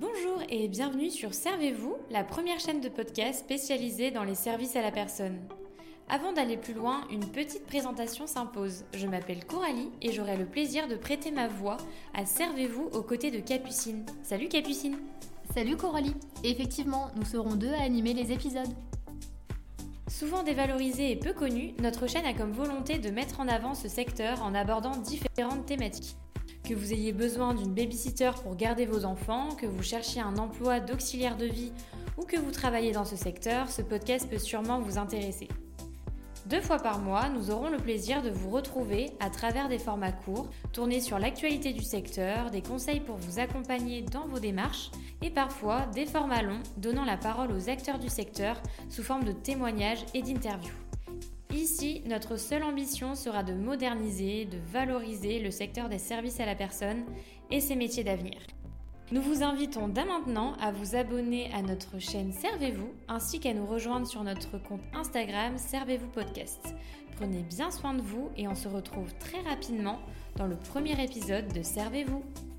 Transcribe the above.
Bonjour et bienvenue sur Servez-vous, la première chaîne de podcast spécialisée dans les services à la personne. Avant d'aller plus loin, une petite présentation s'impose. Je m'appelle Coralie et j'aurai le plaisir de prêter ma voix à Servez-vous aux côtés de Capucine. Salut Capucine! Salut Coralie! Effectivement, nous serons deux à animer les épisodes. Souvent dévalorisée et peu connue, notre chaîne a comme volonté de mettre en avant ce secteur en abordant différentes thématiques. Que vous ayez besoin d'une babysitter pour garder vos enfants, que vous cherchiez un emploi d'auxiliaire de vie ou que vous travaillez dans ce secteur, ce podcast peut sûrement vous intéresser. 2 fois par mois, nous aurons le plaisir de vous retrouver à travers des formats courts, tournés sur l'actualité du secteur, des conseils pour vous accompagner dans vos démarches et parfois des formats longs donnant la parole aux acteurs du secteur sous forme de témoignages et d'interviews. Ici, notre seule ambition sera de moderniser, de valoriser le secteur des services à la personne et ses métiers d'avenir. Nous vous invitons dès maintenant à vous abonner à notre chaîne Servez-vous ainsi qu'à nous rejoindre sur notre compte Instagram Servez-vous Podcast. Prenez bien soin de vous et on se retrouve très rapidement dans le premier épisode de Servez-vous.